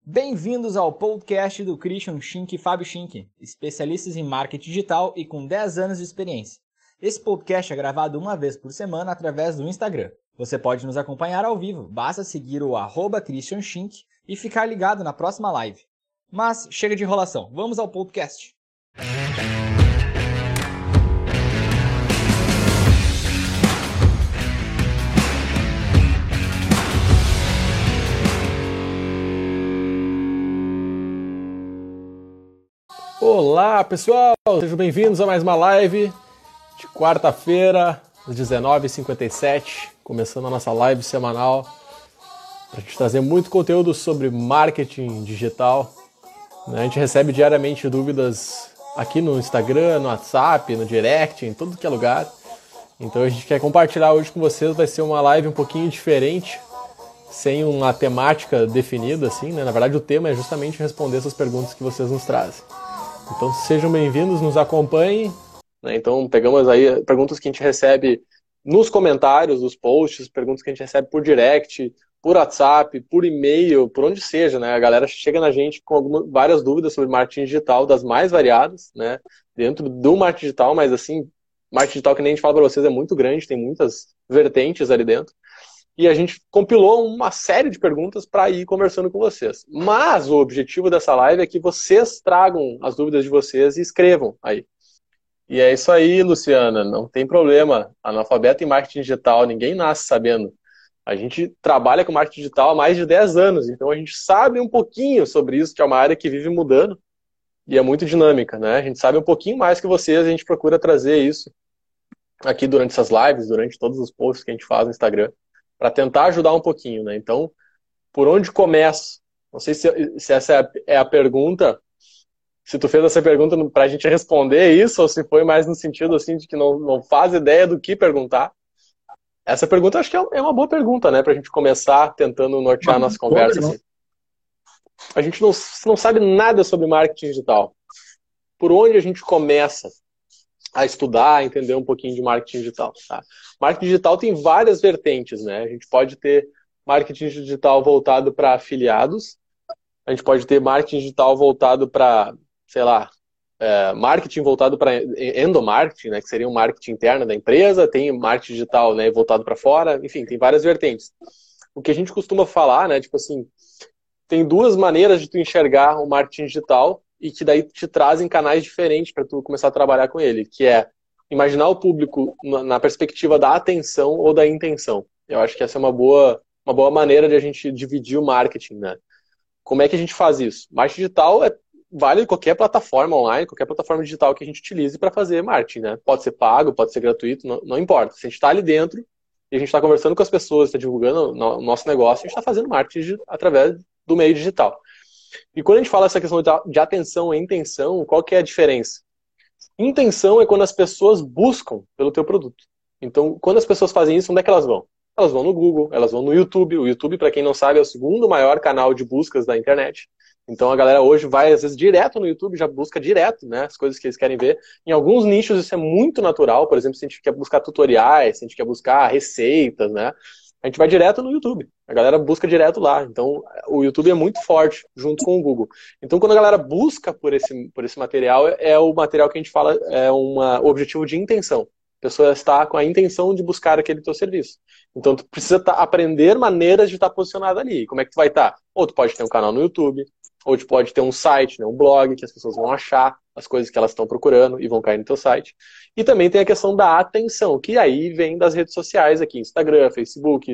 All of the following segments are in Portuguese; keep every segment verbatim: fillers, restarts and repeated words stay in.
Bem-vindos ao podcast do Christian Schink e Fábio Schink, especialistas em marketing digital e com dez anos de experiência. Esse podcast é gravado uma vez por semana através do Instagram. Você pode nos acompanhar ao vivo, basta seguir o arroba Christian Schink e ficar ligado na próxima live. Mas chega de enrolação, vamos ao podcast. Olá pessoal, sejam bem-vindos a mais uma live de quarta-feira, às dezenove e cinquenta e sete, começando a nossa live semanal para a gente trazer muito conteúdo sobre marketing digital. A gente recebe diariamente dúvidas aqui no Instagram, no WhatsApp, no Direct, em todo que é lugar. Então a gente quer compartilhar hoje com vocês, vai ser uma live um pouquinho diferente, sem uma temática definida, assim, né? Na verdade o tema é justamente responder essas perguntas que vocês nos trazem. Então sejam bem-vindos, nos acompanhem. Então pegamos aí perguntas que a gente recebe nos comentários dos posts, perguntas que a gente recebe por direct, por WhatsApp, por e-mail, por onde seja, né? A galera chega na gente com algumas, várias dúvidas sobre marketing digital, das mais variadas, né? Dentro do marketing digital, mas assim, marketing digital, que nem a gente fala para vocês, é muito grande, tem muitas vertentes ali dentro. E a gente compilou uma série de perguntas para ir conversando com vocês. Mas o objetivo dessa live é que vocês tragam as dúvidas de vocês e escrevam aí. E é isso aí, Luciana, não tem problema. Analfabeto em marketing digital, ninguém nasce sabendo. A gente trabalha com marketing digital há mais de dez anos, então a gente sabe um pouquinho sobre isso, que é uma área que vive mudando e é muito dinâmica, né? A gente sabe um pouquinho mais que vocês, a gente procura trazer isso aqui durante essas lives, durante todos os posts que a gente faz no Instagram, para tentar ajudar um pouquinho, né? Então, por onde começo? Não sei se, se essa é a, é a pergunta, se tu fez essa pergunta para a gente responder isso, ou se foi mais no sentido assim de que não, não faz ideia do que perguntar. Essa pergunta acho que é, é uma boa pergunta, né? Para a gente começar tentando nortear a nossa conversa. Assim. A gente não, não sabe nada sobre marketing digital. Por onde a gente começa a estudar, a entender um pouquinho de marketing digital, tá? Marketing digital tem várias vertentes, né? A gente pode ter marketing digital voltado para afiliados, a gente pode ter marketing digital voltado para, sei lá, é, marketing voltado para endomarketing, né? Que seria um marketing interno da empresa, tem marketing digital, né, voltado para fora, enfim, tem várias vertentes. O que a gente costuma falar, né, tipo assim, tem duas maneiras de tu enxergar o marketing digital e que daí te trazem canais diferentes para tu começar a trabalhar com ele, que é imaginar o público na perspectiva da atenção ou da intenção. Eu acho que essa é uma boa, uma boa maneira de a gente dividir o marketing, né? Como é que a gente faz isso? Marketing digital é, vale qualquer plataforma online, qualquer plataforma digital que a gente utilize para fazer marketing, né? Pode ser pago, pode ser gratuito, não, não importa. Se a gente está ali dentro e a gente está conversando com as pessoas, está divulgando o nosso negócio, a gente está fazendo marketing através do meio digital. E quando a gente fala essa questão de atenção e intenção, qual que é a diferença? Intenção é quando as pessoas buscam pelo teu produto. Então, quando as pessoas fazem isso, onde é que elas vão? Elas vão no Google, elas vão no YouTube. O YouTube, para quem não sabe, é o segundo maior canal de buscas da internet. Então, a galera hoje vai, às vezes, direto no YouTube, já busca direto, né, as coisas que eles querem ver. Em alguns nichos isso é muito natural. Por exemplo, se a gente quer buscar tutoriais, se a gente quer buscar receitas, né? A gente vai direto no YouTube. A galera busca direto lá. Então, o YouTube é muito forte junto com o Google. Então, quando a galera busca por esse, por esse material, é o material que a gente fala, é uma, o objetivo de intenção. A pessoa está com a intenção de buscar aquele teu serviço. Então, tu precisa tá, aprender maneiras de estar tá posicionado ali. Como é que tu vai estar? Tá? Ou tu pode ter um canal no YouTube, ou tu pode ter um site, né, um blog, que as pessoas vão achar as coisas que elas estão procurando e vão cair no teu site. E também tem a questão da atenção, que aí vem das redes sociais aqui, Instagram, Facebook,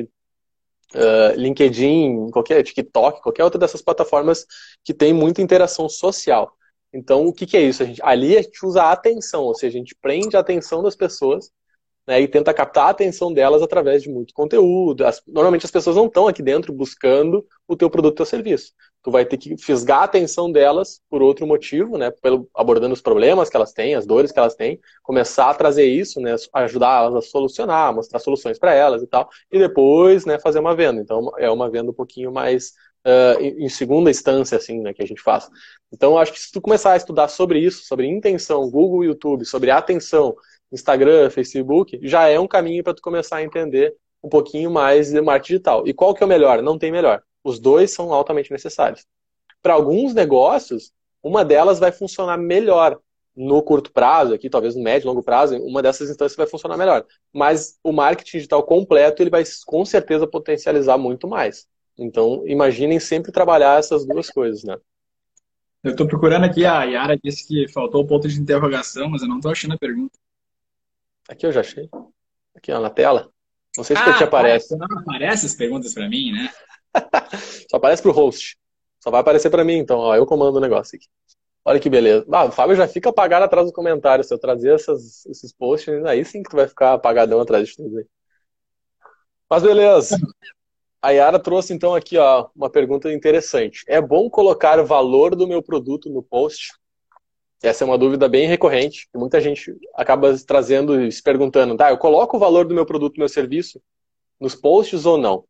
uh, LinkedIn, qualquer TikTok, qualquer outra dessas plataformas que tem muita interação social. Então, o que, que é isso? A gente, ali a gente usa a atenção, ou seja, a gente prende a atenção das pessoas, né, e tenta captar a atenção delas através de muito conteúdo. As, normalmente as pessoas não estão aqui dentro buscando o teu produto ou serviço. Tu vai ter que fisgar a atenção delas por outro motivo, né, pelo, abordando os problemas que elas têm, as dores que elas têm, começar a trazer isso, né, ajudar elas a solucionar, mostrar soluções para elas e tal, e depois, né, fazer uma venda. Então é uma venda um pouquinho mais uh, em, em segunda instância, assim, né, que a gente faz. Então eu acho que se tu começar a estudar sobre isso, sobre intenção, Google, YouTube, sobre atenção, Instagram, Facebook, já é um caminho para tu começar a entender um pouquinho mais de marketing digital. E qual que é o melhor? Não tem melhor. Os dois são altamente necessários. para alguns negócios, uma delas vai funcionar melhor no curto prazo, aqui talvez no médio e longo prazo, uma dessas instâncias vai funcionar melhor. Mas o marketing digital completo, ele vai com certeza potencializar muito mais. Então, imaginem sempre trabalhar essas duas coisas, né? Eu estou procurando aqui, a Yara disse que faltou o ponto de interrogação, mas eu não estou achando a pergunta. Aqui eu já achei. Aqui, ó, na tela. Não sei se Ah, te aparece. não aparece as perguntas para mim, né? Só aparece pro host. Só vai aparecer para mim, então, ó, eu comando o negócio aqui. Olha que beleza. Ah, o Fábio já fica apagado atrás do comentário. Se eu trazer essas, esses posts, aí sim que tu vai ficar apagadão atrás de tudo aí. Mas beleza. A Yara trouxe então aqui, ó, uma pergunta interessante. É bom colocar o valor do meu produto no post? Essa é uma dúvida bem recorrente, que muita gente acaba trazendo e se perguntando, tá, eu coloco o valor do meu produto, do meu serviço nos posts ou não?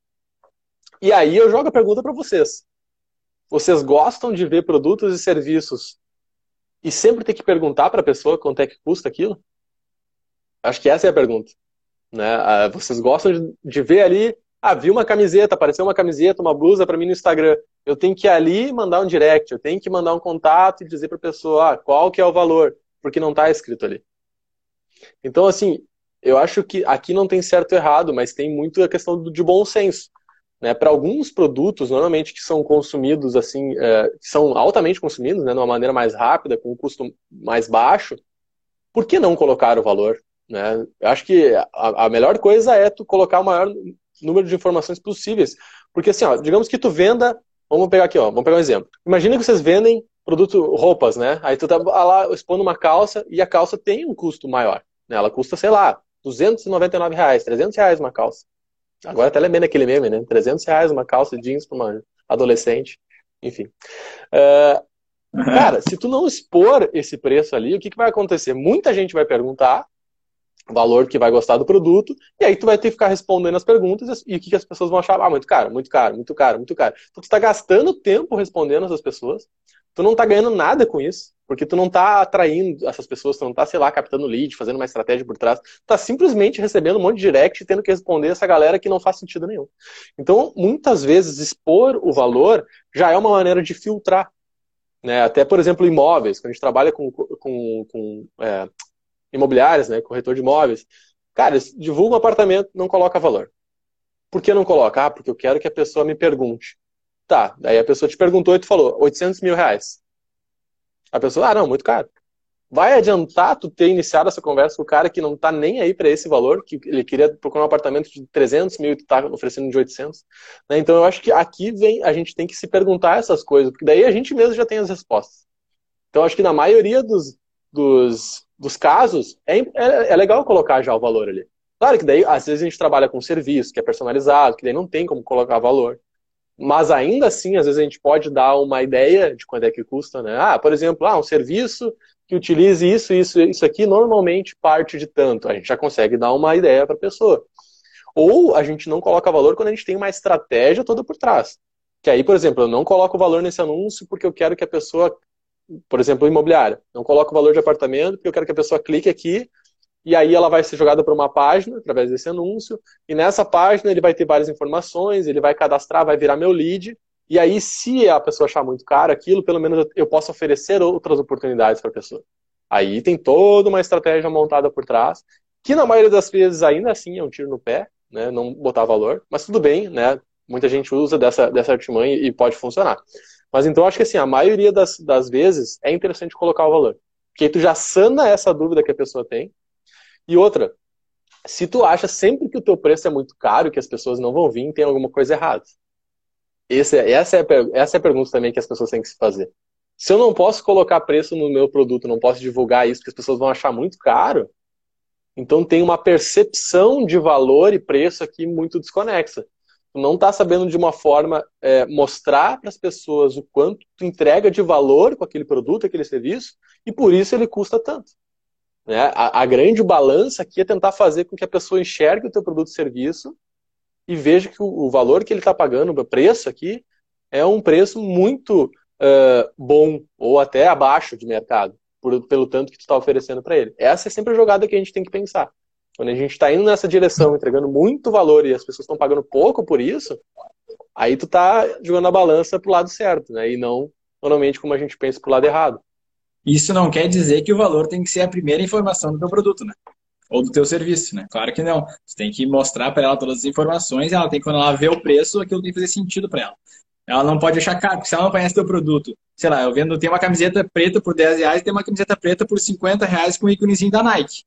E aí eu jogo a pergunta para vocês. Vocês gostam de ver produtos e serviços e sempre ter que perguntar para a pessoa quanto é que custa aquilo? Acho que essa é a pergunta. Né? Vocês gostam de, de ver ali, ah, vi uma camiseta, apareceu uma camiseta, uma blusa para mim no Instagram. Eu tenho que ir ali mandar um direct, eu tenho que mandar um contato e dizer para a pessoa ah, qual que é o valor, porque não está escrito ali. Então, assim, eu acho que aqui não tem certo ou errado, mas tem muito a questão de bom senso. Né? Para alguns produtos, normalmente, que são consumidos, assim, é, que são altamente consumidos, né, de uma maneira mais rápida, com um custo mais baixo, por que não colocar o valor? Né? Eu acho que a, a melhor coisa é tu colocar o maior número de informações possíveis. Porque, assim, ó, digamos que tu venda, vamos pegar aqui, ó, vamos pegar um exemplo. Imagina que vocês vendem produto, roupas, né? Aí tu tá lá expondo uma calça e a calça tem um custo maior. Né? Ela custa, sei lá, duzentos e noventa e nove reais, trezentos reais uma calça. Agora até lembrei daquele meme, né? trezentos reais uma calça jeans para uma adolescente. Enfim. Uh, uhum. Cara, se tu não expor esse preço ali, o que, que vai acontecer? Muita gente vai perguntar o valor que vai gostar do produto, e aí tu vai ter que ficar respondendo as perguntas, e o que, que as pessoas vão achar? Ah, muito caro, muito caro, muito caro, muito caro. Então tu está gastando tempo respondendo essas pessoas, tu não está ganhando nada com isso, porque tu não está atraindo essas pessoas, tu não está, sei lá, captando lead, fazendo uma estratégia por trás, tu está simplesmente recebendo um monte de direct e tendo que responder essa galera que não faz sentido nenhum. Então, muitas vezes, expor o valor já é uma maneira de filtrar. Né? Até, por exemplo, imóveis, quando a gente trabalha com, com, com é, imobiliárias, né, corretor de imóveis, cara, divulga um apartamento, não coloca valor. Por que não coloca? Ah, porque eu quero que a pessoa me pergunte. Tá, daí a pessoa te perguntou e tu falou, oitocentos mil reais. A pessoa, ah, não, muito caro. Vai adiantar tu ter iniciado essa conversa com o cara que não tá nem aí para esse valor, que ele queria procurar um apartamento de trezentos mil e tu tá oferecendo de oitocentos? Né? Então eu acho que aqui vem, a gente tem que se perguntar essas coisas, porque daí a gente mesmo já tem as respostas. Então eu acho que na maioria dos, dos, dos casos, é, é, é legal colocar já o valor ali. Claro que daí, às vezes a gente trabalha com serviço, que é personalizado, que daí não tem como colocar valor. Mas ainda assim, às vezes a gente pode dar uma ideia de quanto é que custa, né? Ah, por exemplo, ah, um serviço que utilize isso, isso, isso aqui, normalmente parte de tanto. A gente já consegue dar uma ideia para a pessoa. Ou a gente não coloca valor quando a gente tem uma estratégia toda por trás. Que aí, por exemplo, eu não coloco valor nesse anúncio porque eu quero que a pessoa, por exemplo, imobiliária, não coloco valor de apartamento porque eu quero que a pessoa clique aqui e aí ela vai ser jogada para uma página, através desse anúncio, e nessa página ele vai ter várias informações, ele vai cadastrar, vai virar meu lead, e aí se a pessoa achar muito caro aquilo, pelo menos eu posso oferecer outras oportunidades para a pessoa. Aí tem toda uma estratégia montada por trás, que na maioria das vezes ainda assim é um tiro no pé, né, não botar valor, mas tudo bem, né, muita gente usa dessa, dessa artimanha e pode funcionar. Mas então acho que assim, a maioria das, das vezes é interessante colocar o valor, porque aí tu já sana essa dúvida que a pessoa tem. E outra, se tu acha sempre que o teu preço é muito caro, que as pessoas não vão vir, tem alguma coisa errada. Esse, essa, é a, essa é a pergunta também que as pessoas têm que se fazer. Se eu não posso colocar preço no meu produto, não posso divulgar isso, porque as pessoas vão achar muito caro, então tem uma percepção de valor e preço aqui muito desconexa. Tu não está sabendo de uma forma é, mostrar para as pessoas o quanto tu entrega de valor com aquele produto, aquele serviço, e por isso ele custa tanto. Né? A, a grande balança aqui é tentar fazer com que a pessoa enxergue o teu produto e serviço e veja que o, o valor que ele está pagando, o preço aqui, é um preço muito uh, bom ou até abaixo de mercado, por, pelo tanto que tu está oferecendo para ele. Essa é sempre a jogada que a gente tem que pensar. Quando a gente está indo nessa direção, entregando muito valor e as pessoas estão pagando pouco por isso, aí tu tá jogando a balança pro lado certo, né? E não, normalmente, como a gente pensa, pro lado errado. Isso não quer dizer que o valor tem que ser a primeira informação do teu produto, né? Ou do teu serviço, né? Claro que não. Você tem que mostrar para ela todas as informações, e ela tem, quando ela vê o preço, aquilo tem que fazer sentido para ela. Ela não pode achar caro, porque se ela não conhece teu produto, sei lá, eu vendo, tem uma camiseta preta por dez reais e tem uma camiseta preta por cinquenta reais com o íconezinho da Nike.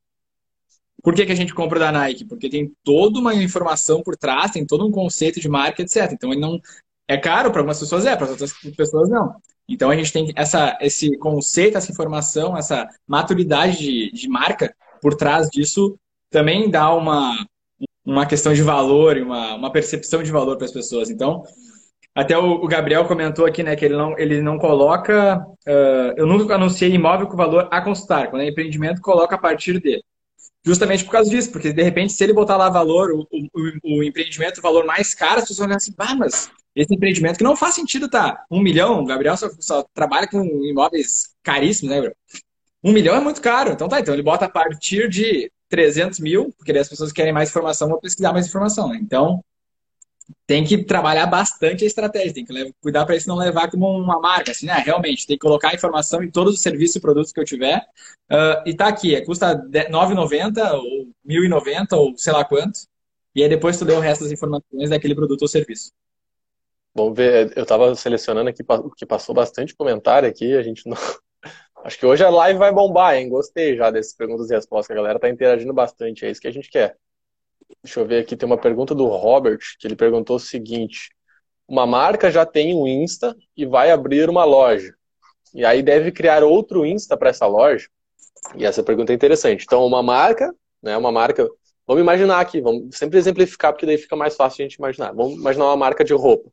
Por que, que a gente compra da Nike? Porque tem toda uma informação por trás, tem todo um conceito de marca, etcétera. Então ele não é caro para algumas pessoas, é, para outras pessoas não. Então a gente tem essa, esse conceito, essa informação, essa maturidade de, de marca por trás disso também dá uma, uma questão de valor e uma, uma percepção de valor para as pessoas. Então, até o, o Gabriel comentou aqui, né, que ele não, ele não coloca. Uh, eu nunca anunciei imóvel com valor a consultar. Quando é empreendimento, coloca a partir de. Justamente por causa disso, porque de repente, se ele botar lá valor, o, o, o empreendimento, o valor mais caro, as pessoas vão olhar assim, bah, mas esse empreendimento que não faz sentido, tá? Um milhão, o Gabriel só, só trabalha com imóveis caríssimos, né, Gabriel? Um milhão é muito caro, então tá, então ele bota a partir de trezentos mil, porque daí as pessoas querem mais informação, vão pesquisar mais informação, né? Então, tem que trabalhar bastante a estratégia, tem que levar, cuidar para isso não levar como uma marca, assim, né? Realmente, tem que colocar a informação em todos os serviços e produtos que eu tiver, uh, e tá aqui, é, custa nove reais e noventa centavos, ou mil e noventa, ou sei lá quanto, e aí depois tu dê o resto das informações daquele produto ou serviço. Vamos ver, eu tava selecionando aqui, que passou bastante comentário aqui, a gente não... Acho que hoje a live vai bombar, hein? Gostei já dessas perguntas e respostas, a galera tá interagindo bastante, é isso que a gente quer. Deixa eu ver aqui, tem uma pergunta do Robert, que ele perguntou o seguinte: uma marca já tem um Insta e vai abrir uma loja, e aí deve criar outro Insta para essa loja? E essa pergunta é interessante. Então, uma marca, né, uma marca, vamos imaginar aqui, vamos sempre exemplificar, porque daí fica mais fácil a gente imaginar. Vamos imaginar uma marca de roupa.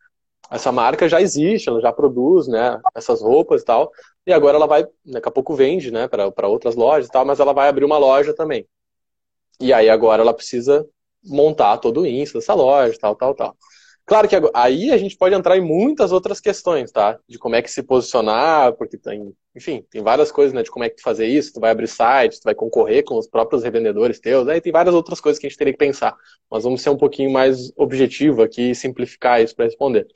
Essa marca já existe, ela já produz, né, essas roupas e tal, e agora ela vai, daqui a pouco vende, né, para outras lojas e tal, mas ela vai abrir uma loja também. E aí agora ela precisa montar todo o Insta dessa loja, tal, tal, tal. Claro que agora, aí a gente pode entrar em muitas outras questões, tá? De como é que se posicionar, porque tem, enfim, tem várias coisas, né? De como é que tu fazer isso, tu vai abrir site, tu vai concorrer com os próprios revendedores teus, aí tem várias outras coisas que a gente teria que pensar. Mas vamos ser um pouquinho mais objetivo aqui e simplificar isso para responder.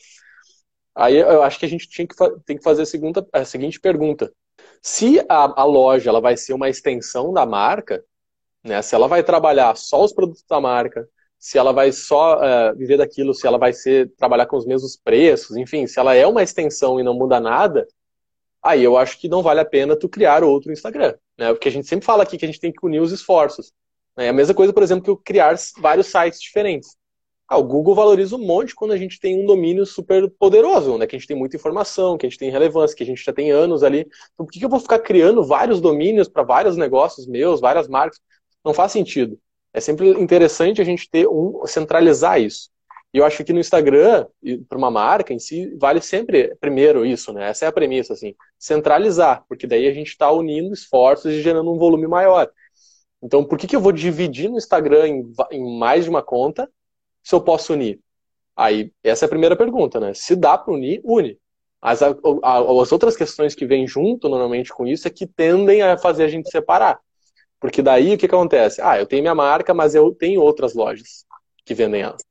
Aí eu acho que a gente tinha que tem que fazer a, segunda, a seguinte pergunta. Se a, a loja ela vai ser uma extensão da marca, né, se ela vai trabalhar só os produtos da marca, se ela vai só uh, viver daquilo, se ela vai ser, trabalhar com os mesmos preços, enfim, se ela é uma extensão e não muda nada, aí eu acho que não vale a pena tu criar outro Instagram, né? Porque a gente sempre fala aqui que a gente tem que unir os esforços. Né? A mesma coisa, por exemplo, que eu criar vários sites diferentes. Ah, o Google valoriza um monte quando a gente tem um domínio super poderoso, né? Que a gente tem muita informação, que a gente tem relevância, que a gente já tem anos ali. Então por que eu vou ficar criando vários domínios para vários negócios meus, várias marcas? Não faz sentido. É sempre interessante a gente ter um, centralizar isso. E eu acho que no Instagram, para uma marca em si, vale sempre, primeiro, isso, né? Essa é a premissa, assim, centralizar, porque daí a gente está unindo esforços e gerando um volume maior. Então, por que, que eu vou dividir no Instagram em, em mais de uma conta se eu posso unir? Aí, essa é a primeira pergunta, né? Se dá para unir, une. As, a, a, as outras questões que vêm junto, normalmente, com isso, é que tendem a fazer a gente separar. Porque daí o que, que acontece? Ah, eu tenho minha marca, mas eu tenho outras lojas que vendem ela.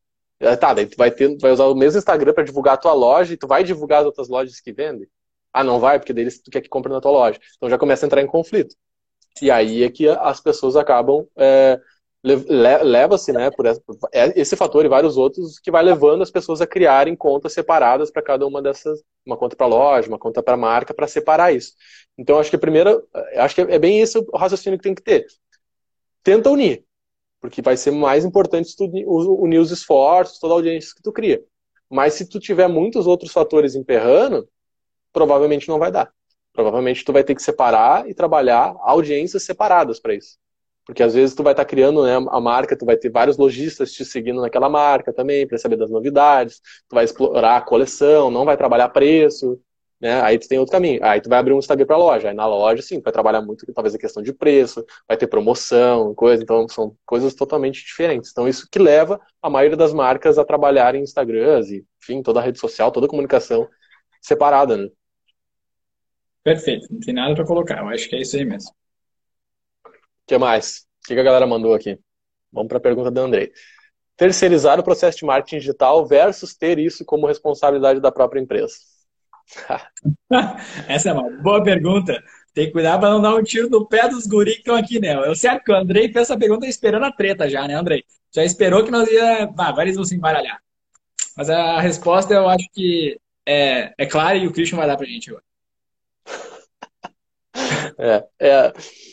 Tá, daí tu vai, ter, vai usar o mesmo Instagram para divulgar a tua loja e tu vai divulgar as outras lojas que vendem? Ah, não vai, porque daí tu quer que compre na tua loja. Então já começa a entrar em conflito. E aí é que as pessoas acabam... É, leva-se, né, por esse fator e vários outros que vai levando as pessoas a criarem contas separadas para cada uma dessas, uma conta para loja, uma conta para marca, para separar isso. Então acho que a primeira, acho que é bem esse o raciocínio que tem que ter. Tenta unir, porque vai ser mais importante se tu unir os esforços, toda a audiência que tu cria. Mas se tu tiver muitos outros fatores emperrando, provavelmente não vai dar. Provavelmente tu vai ter que separar e trabalhar audiências separadas para isso. Porque às vezes tu vai estar tá criando, né, a marca, tu vai ter vários lojistas te seguindo naquela marca também, para saber das novidades, tu vai explorar a coleção, não vai trabalhar preço, né? Aí tu tem outro caminho. Aí tu vai abrir um Instagram para loja. Aí na loja, sim, tu vai trabalhar muito, talvez a questão de preço, vai ter promoção, coisa, então são coisas totalmente diferentes. Então isso que leva a maioria das marcas a trabalharem em Instagrams e, enfim, toda a rede social, toda a comunicação separada, né? Perfeito, não tem nada para colocar, eu acho que é isso aí mesmo. O que mais? O que a galera mandou aqui? Vamos para a pergunta do Andrei. terceirizar o processo de marketing digital versus ter isso como responsabilidade da própria empresa? Essa é uma boa pergunta. Tem que cuidar para não dar um tiro no pé dos guris que estão aqui, né? Eu sei que o Andrei fez essa pergunta esperando a treta já, né, Andrei? Já esperou que nós ia... Ah, agora eles vão se embaralhar. Mas a resposta eu acho que é, é clara e o Christian vai dar pra gente agora. É, é,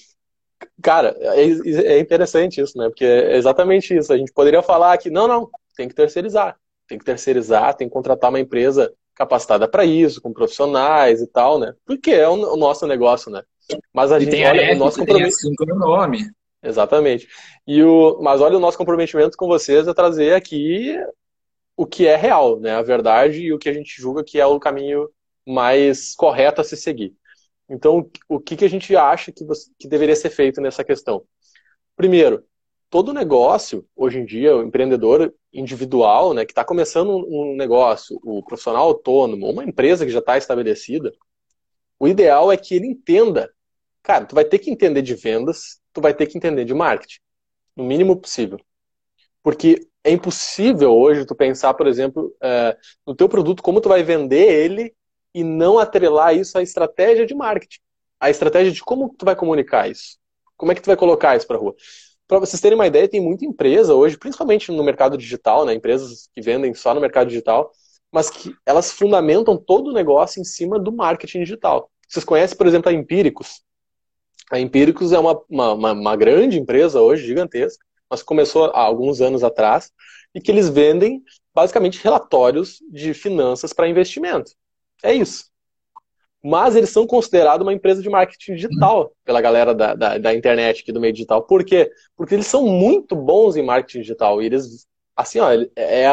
cara, é, é interessante isso, né? Porque é exatamente isso. A gente poderia falar que não, não, tem que terceirizar. Tem que terceirizar, tem que contratar uma empresa capacitada para isso, com profissionais e tal, né? Porque é o, o nosso negócio, né? Mas a E gente tem olha a F, o nosso tem compromisso. assim como o nome. Exatamente. E o, mas olha, o nosso comprometimento com vocês é trazer aqui o que é real, né? A verdade e o que a gente julga que é o caminho mais correto a se seguir. Então, o que, que a gente acha que, você, que deveria ser feito nessa questão? Primeiro, todo negócio, hoje em dia, o empreendedor individual, né, que está começando um negócio, o profissional autônomo, uma empresa que já está estabelecida, o ideal é que ele entenda. Cara, tu vai ter que entender de vendas, tu vai ter que entender de marketing, no mínimo possível. Porque é impossível hoje tu pensar, por exemplo, é, no teu produto, como tu vai vender ele e não atrelar isso à estratégia de marketing. A estratégia de como tu vai comunicar isso. Como é que tu vai colocar isso para a rua. Para vocês terem uma ideia, tem muita empresa hoje, principalmente no mercado digital, né, empresas que vendem só no mercado digital, mas que elas fundamentam todo o negócio em cima do marketing digital. Vocês conhecem, por exemplo, a Empíricos? A Empíricos é uma, uma, uma, uma grande empresa hoje, gigantesca, mas começou há alguns anos atrás, e que eles vendem, basicamente, relatórios de finanças para investimento. É isso. Mas eles são considerados uma empresa de marketing digital pela galera da, da, da internet aqui do meio digital. Por quê? Porque eles são muito bons em marketing digital. E eles, assim, ó, é,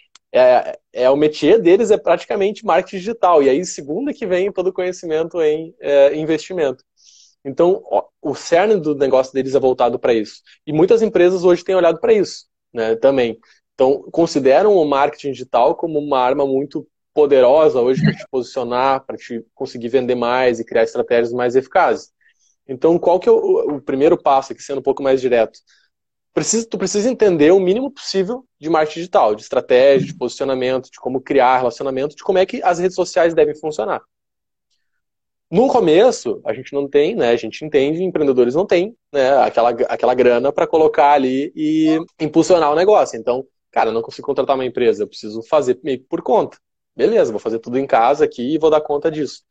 é, é o métier deles é praticamente marketing digital. E aí, segunda que vem todo o conhecimento em é, investimento. Então, ó, o cerne do negócio deles é voltado para isso. E muitas empresas hoje têm olhado para isso, né, também. Então, consideram o marketing digital como uma arma muito poderosa hoje para te posicionar, para te conseguir vender mais e criar estratégias mais eficazes. Então, qual que é o, o primeiro passo, aqui sendo um pouco mais direto? Precisa, tu precisa entender o mínimo possível de marketing digital, de estratégia, de posicionamento, de como criar relacionamento, de como é que as redes sociais devem funcionar. No começo, a gente não tem, né? A gente entende, empreendedores não têm, né? Aquela, aquela grana para colocar ali e impulsionar o negócio. Então, cara, eu não consigo contratar uma empresa, eu preciso fazer meio que por conta. Beleza, vou fazer tudo em casa aqui e vou dar conta disso.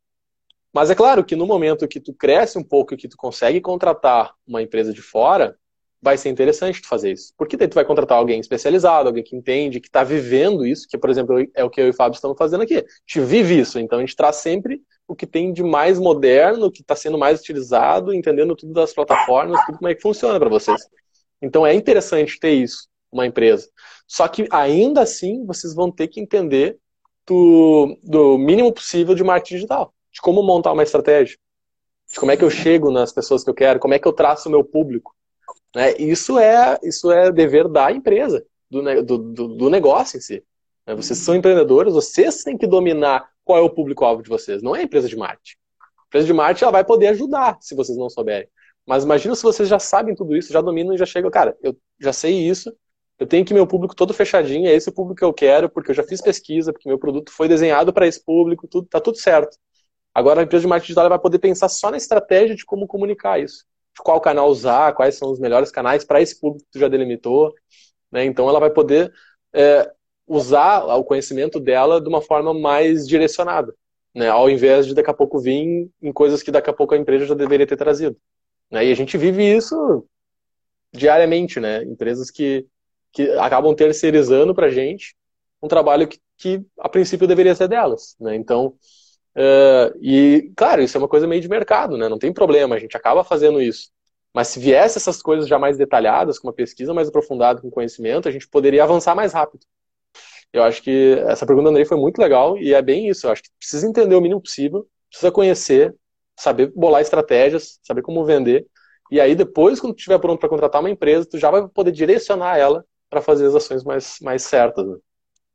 Mas é claro que no momento que tu cresce um pouco e que tu consegue contratar uma empresa de fora, vai ser interessante tu fazer isso. Porque daí tu vai contratar alguém especializado, alguém que entende, que está vivendo isso, que, por exemplo, é o que eu e o Fábio estamos fazendo aqui. A gente vive isso, então a gente traz sempre o que tem de mais moderno, o que está sendo mais utilizado, entendendo tudo das plataformas, tudo como é que funciona para vocês. Então é interessante ter isso, uma empresa. Só que ainda assim, vocês vão ter que entender do, do mínimo possível de marketing digital, de como montar uma estratégia, de como é que eu chego nas pessoas que eu quero, como é que eu traço o meu público. Né? Isso, é, isso é dever da empresa, do, do, do, do negócio em si. Né? Vocês são empreendedores, vocês têm que dominar qual é o público-alvo de vocês, não é a empresa de marketing. A empresa de marketing ela vai poder ajudar, se vocês não souberem. Mas imagina se vocês já sabem tudo isso, já dominam e já chegam, cara, eu já sei isso, eu tenho que meu público todo fechadinho, é esse o público que eu quero, porque eu já fiz pesquisa, porque meu produto foi desenhado para esse público, tudo, tá tudo certo. Agora a empresa de marketing digital vai poder pensar só na estratégia de como comunicar isso. De qual canal usar, quais são os melhores canais para esse público que tu já delimitou. Né? Então ela vai poder é, usar o conhecimento dela de uma forma mais direcionada. Né? Ao invés de daqui a pouco vir em coisas que daqui a pouco a empresa já deveria ter trazido. Né? E a gente vive isso diariamente, né? Empresas que, que acabam terceirizando para a gente um trabalho que, que a princípio deveria ser delas. Né? Então, uh, e claro, isso é uma coisa meio de mercado, né? Não tem problema, a gente acaba fazendo isso. Mas se viesse essas coisas já mais detalhadas, com uma pesquisa mais aprofundada, com conhecimento, a gente poderia avançar mais rápido. Eu acho que essa pergunta do Andrei foi muito legal e é bem isso. Eu acho que precisa entender o mínimo possível, precisa conhecer, saber bolar estratégias, saber como vender. E aí depois, quando tu estiver pronto para contratar uma empresa, tu já vai poder direcionar ela para fazer as ações mais, mais certas. Né?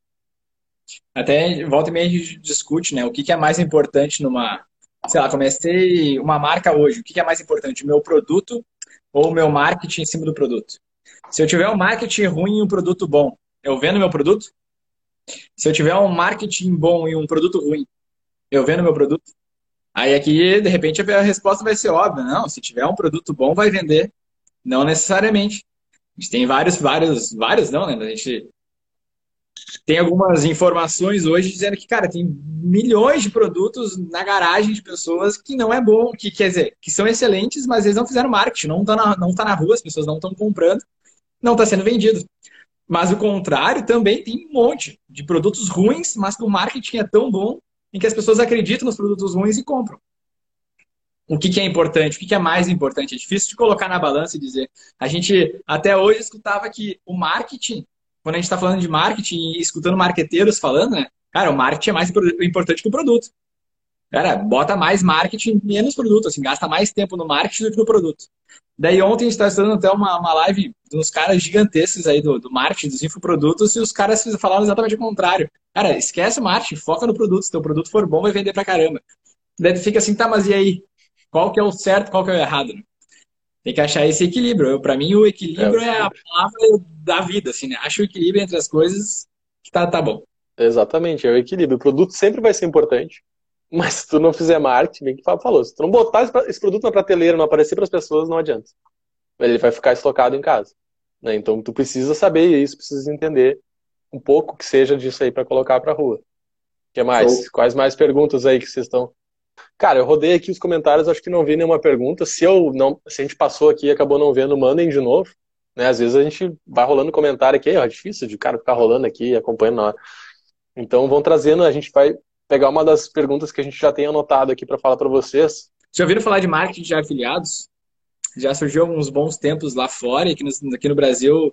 Até volta e meia a gente discute, né? O que, que é mais importante numa... Sei lá, comecei uma marca hoje. O que, que é mais importante? O meu produto ou o meu marketing em cima do produto? Se eu tiver um marketing ruim e um produto bom, eu vendo meu produto? Se eu tiver um marketing bom e um produto ruim, eu vendo meu produto? Aí aqui, de repente, a resposta vai ser óbvia. Não, se tiver um produto bom, vai vender. Não necessariamente. A gente tem vários, vários, vários não, né? A gente tem algumas informações hoje dizendo que, cara, tem milhões de produtos na garagem de pessoas que não é bom, que quer dizer, que são excelentes, mas eles não fizeram marketing, não tá na, não tá na rua, as pessoas não estão comprando, não está sendo vendido. Mas o contrário também tem um monte de produtos ruins, mas que o marketing é tão bom em que as pessoas acreditam nos produtos ruins e compram. O que, que é importante? O que, que é mais importante? É difícil de colocar na balança e dizer. A gente até hoje escutava que o marketing, quando a gente está falando de marketing e escutando marqueteiros falando, né? Cara, o marketing é mais importante que o produto. Cara, bota mais marketing, menos produto, assim, gasta mais tempo no marketing do que no produto. Daí ontem a gente estava estudando até uma, uma live de uns caras gigantescos aí do, do marketing, dos infoprodutos, e os caras falaram exatamente o contrário. Cara, esquece o marketing, foca no produto. Se teu produto for bom, vai vender pra caramba. Daí tu fica assim, tá, mas e aí? Qual que é o certo, qual que é o errado? Né? Tem que achar esse equilíbrio. Para mim, o equilíbrio é, é a palavra da vida, assim, né? Acha o equilíbrio entre as coisas que tá, tá bom. Exatamente, é o equilíbrio. O produto sempre vai ser importante, mas se tu não fizer marketing, bem que o Fábio falou, se tu não botar esse produto na prateleira, não aparecer para as pessoas, não adianta. Ele vai ficar estocado em casa. Né? Então, tu precisa saber isso, precisa entender um pouco que seja disso aí para colocar para rua. O que mais? Show. Quais mais perguntas aí que vocês estão... Cara, eu rodei aqui os comentários, acho que não vi nenhuma pergunta. Se eu não, se a gente passou aqui e acabou não vendo, mandem de novo. Né? Às vezes a gente vai rolando comentário aqui, ó, é difícil de cara ficar rolando aqui, acompanhando na hora. Então vão trazendo, a gente vai pegar uma das perguntas que a gente já tem anotado aqui para falar para vocês. Já ouviram falar de marketing de afiliados? Já surgiu há uns bons tempos lá fora, e aqui no, aqui no Brasil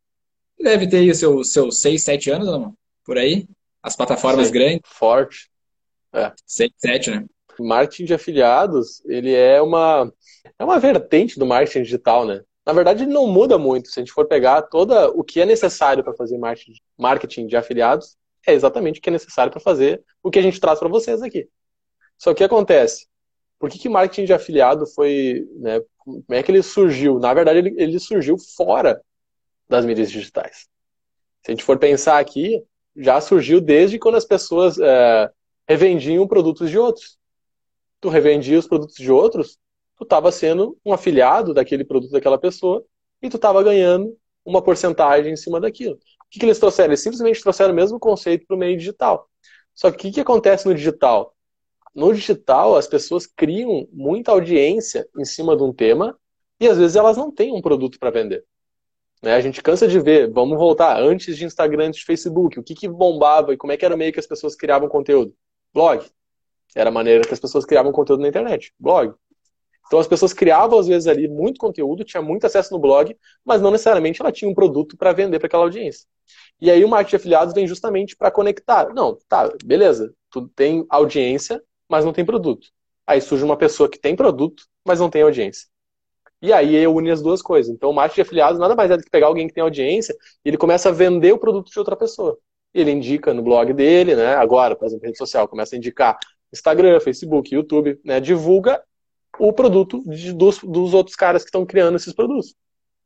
deve ter os seus seu seis, sete anos, não? Por aí? As plataformas Sim, grandes? Forte. É. seis, sete, né? Marketing de afiliados, ele é uma, é uma vertente do marketing digital, né? Na verdade, ele não muda muito. Se a gente for pegar toda o que é necessário para fazer marketing, marketing de afiliados, é exatamente o que é necessário para fazer o que a gente traz para vocês aqui. Só que o que acontece? Por que que marketing de afiliado foi... Né, como é que ele surgiu? Na verdade, ele, ele surgiu fora das mídias digitais. Se a gente for pensar aqui, já surgiu desde quando as pessoas é, revendiam produtos de outros. Tu revendia os produtos de outros, tu estava sendo um afiliado daquele produto daquela pessoa e tu estava ganhando uma porcentagem em cima daquilo. O que, que eles trouxeram? Eles simplesmente trouxeram o mesmo conceito para o meio digital. Só que o que, que acontece no digital? No digital, as pessoas criam muita audiência em cima de um tema e às vezes elas não têm um produto para vender. Né? A gente cansa de ver, vamos voltar, antes de Instagram, antes de Facebook, o que, que bombava e como é que era o meio que as pessoas criavam conteúdo? Blog. Era a maneira que as pessoas criavam conteúdo na internet, blog. Então as pessoas criavam às vezes ali muito conteúdo, tinha muito acesso no blog, mas não necessariamente ela tinha um produto para vender para aquela audiência. E aí o marketing de afiliados vem justamente para conectar. Não, tá, beleza, tu tem audiência, mas não tem produto. Aí surge uma pessoa que tem produto, mas não tem audiência. E aí eu une as duas coisas. Então o marketing de afiliados nada mais é do que pegar alguém que tem audiência e ele começa a vender o produto de outra pessoa. Ele indica no blog dele, né? Agora, por exemplo, rede social, começa a indicar Instagram, Facebook, YouTube, né? Divulga o produto de, dos, dos outros caras que estão criando esses produtos.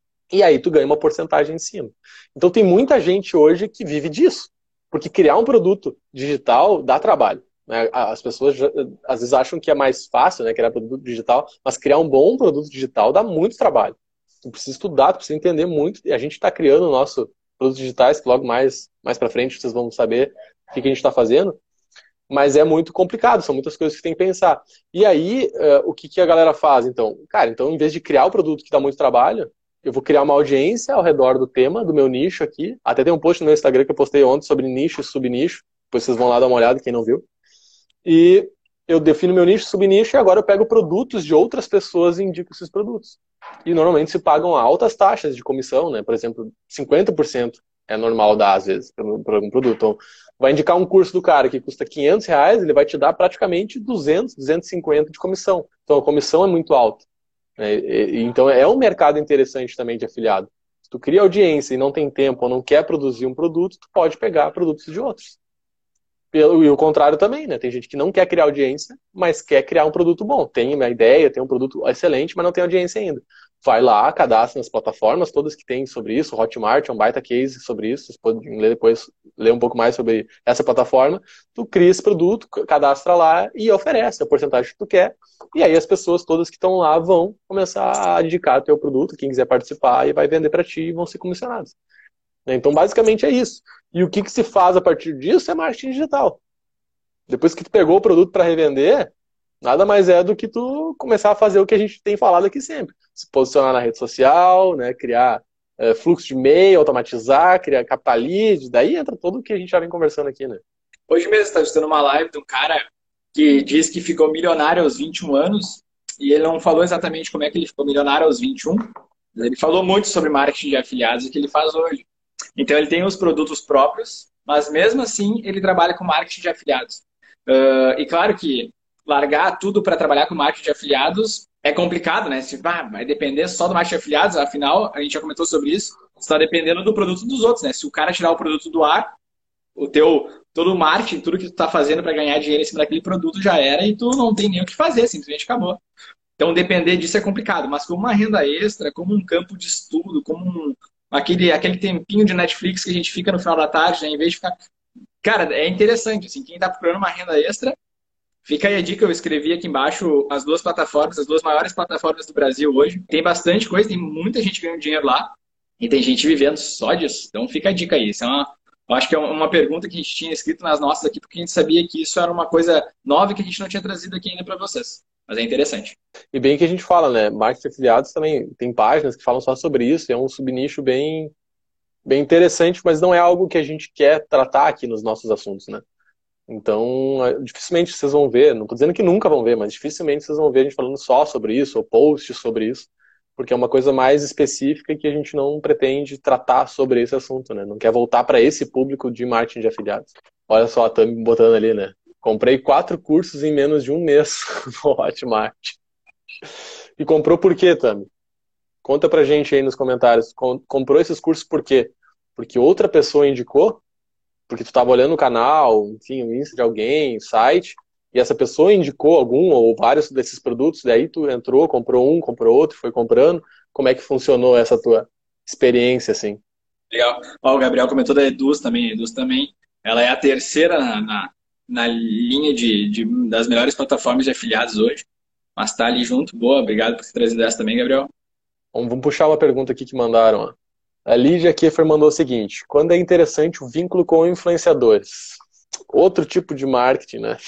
E aí tu ganha uma porcentagem em cima. Então tem muita gente hoje que vive disso. Porque criar um produto digital dá trabalho. Né? As pessoas já, às vezes acham que é mais fácil, né, criar produto digital, mas criar um bom produto digital dá muito trabalho. Tu precisa estudar, tu precisa entender muito. E a gente está criando o nosso produtos digitais, que logo mais, mais para frente vocês vão saber o que, que a gente está fazendo. Mas é muito complicado, são muitas coisas que tem que pensar. E aí, uh, o que, que a galera faz, então? Cara, então, em vez de criar o produto que dá muito trabalho, eu vou criar uma audiência ao redor do tema, do meu nicho aqui. Até tem um post no meu Instagram que eu postei ontem sobre nicho e subnicho. Depois vocês vão lá dar uma olhada, quem não viu. E eu defino meu nicho, subnicho, e agora eu pego produtos de outras pessoas e indico esses produtos. E normalmente se pagam altas taxas de comissão, né? Por exemplo, cinquenta por cento é normal dar, às vezes, por algum produto. Então, vai indicar um curso do cara que custa quinhentos reais, ele vai te dar praticamente duzentos, duzentos e cinquenta de comissão. Então a comissão é muito alta. Né? E, então é um mercado interessante também de afiliado. Se tu cria audiência e não tem tempo ou não quer produzir um produto, tu pode pegar produtos de outros. E o contrário também, né? Tem gente que não quer criar audiência, mas quer criar um produto bom. Tem uma ideia, tem um produto excelente, mas não tem audiência ainda. vai lá, cadastra nas plataformas todas que tem sobre isso. O Hotmart é um baita case sobre isso. Vocês podem ler depois, ler um pouco mais sobre essa plataforma. Tu cria esse produto, cadastra lá e oferece a porcentagem que tu quer. E aí as pessoas todas que estão lá vão começar a indicar o teu produto, quem quiser participar, e vai vender para ti e vão ser comissionados. Então, basicamente é isso. E o que, que se faz a partir disso é marketing digital. Depois que tu pegou o produto para revender, nada mais é do que tu começar a fazer o que a gente tem falado aqui sempre. Se posicionar na rede social, né, criar é, fluxo de e-mail, automatizar, criar captar lead, daí entra tudo o que a gente já vem conversando aqui, né? Hoje mesmo estava assistindo uma live de um cara que diz que ficou milionário aos vinte e um anos, e ele não falou exatamente como é que ele ficou milionário aos vinte e um, mas ele falou muito sobre marketing de afiliados e o que ele faz hoje. Então ele tem os produtos próprios, mas mesmo assim ele trabalha com marketing de afiliados. Uh, e claro que largar tudo para trabalhar com marketing de afiliados é complicado, né? Se, ah, vai depender só do marketing de afiliados, afinal, a gente já comentou sobre isso, você está dependendo do produto dos outros, né? Se o cara tirar o produto do ar, o teu, todo o marketing, tudo que tu está fazendo para ganhar dinheiro em cima daquele produto já era e tu não tem nem o que fazer, simplesmente acabou. Então depender disso é complicado, mas como uma renda extra, como um campo de estudo, como um, aquele, aquele tempinho de Netflix que a gente fica no final da tarde, né? Em vez de ficar... Cara, é interessante, assim, quem está procurando uma renda extra, fica aí a dica, eu escrevi aqui embaixo as duas plataformas, as duas maiores plataformas do Brasil hoje. Tem bastante coisa, tem muita gente ganhando dinheiro lá e tem gente vivendo só disso. Então fica a dica aí. Isso é uma, eu acho que é uma pergunta que a gente tinha escrito nas nossas aqui, porque a gente sabia que isso era uma coisa nova que a gente não tinha trazido aqui ainda para vocês. Mas é interessante. E bem que a gente fala, né? Marketing de afiliados também tem páginas que falam só sobre isso, é um subnicho bem, bem interessante, mas não é algo que a gente quer tratar aqui nos nossos assuntos, né? Então, dificilmente vocês vão ver, não estou dizendo que nunca vão ver, mas dificilmente vocês vão ver a gente falando só sobre isso, ou posts sobre isso, porque é uma coisa mais específica que a gente não pretende tratar sobre esse assunto, né? Não quer voltar para esse público de marketing de afiliados. Olha só, tá me botando ali, né? Comprei quatro cursos em menos de um mês no Hotmart. E comprou por quê, Tami? Conta pra gente aí nos comentários. Comprou esses cursos por quê? Porque outra pessoa indicou? Porque tu estava olhando o canal, enfim, o Insta de alguém, site, e essa pessoa indicou algum ou vários desses produtos, daí tu entrou, comprou um, comprou outro, foi comprando. Como é que funcionou essa tua experiência, assim? Legal. Ó, o Gabriel comentou da Eduz também. A Eduz também, ela é a terceira na, na, na linha de, de, das melhores plataformas de afiliados hoje, mas tá ali junto. Boa, obrigado por ter trazido essa também, Gabriel. Vamos, vamos puxar uma pergunta aqui que mandaram, ó. A Lídia Kiefer mandou o seguinte: quando é interessante o vínculo com influenciadores? Outro tipo de marketing, né?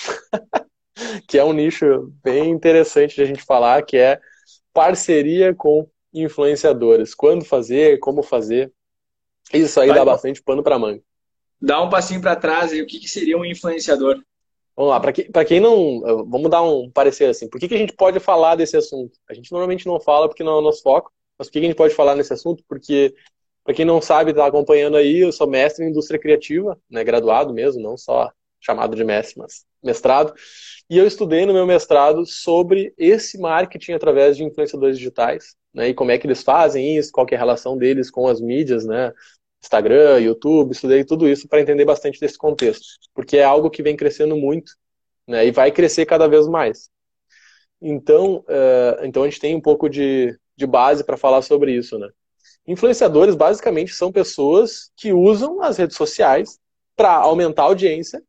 Que é um nicho bem interessante de a gente falar, que é parceria com influenciadores. Quando fazer, como fazer. Isso aí Vai, dá bastante pano para manga. Dá um passinho para trás e o que, que seria um influenciador? Vamos lá, para que, para quem não... Vamos dar um parecer assim. Por que, que a gente pode falar desse assunto? A gente normalmente não fala porque não é o nosso foco, mas por que, que a gente pode falar nesse assunto? Porque... Para quem não sabe, está acompanhando aí, eu sou mestre em indústria criativa, né, graduado mesmo, não só chamado de mestre, mas mestrado. E eu estudei no meu mestrado sobre esse marketing através de influenciadores digitais, né, e como é que eles fazem isso, qual que é a relação deles com as mídias, né, Instagram, YouTube, estudei tudo isso para entender bastante desse contexto, porque é algo que vem crescendo muito, né, e vai crescer cada vez mais. Então, uh, então a gente tem um pouco de, de base para falar sobre isso, né. Influenciadores, basicamente, são pessoas que usam as redes sociais para aumentar a audiência,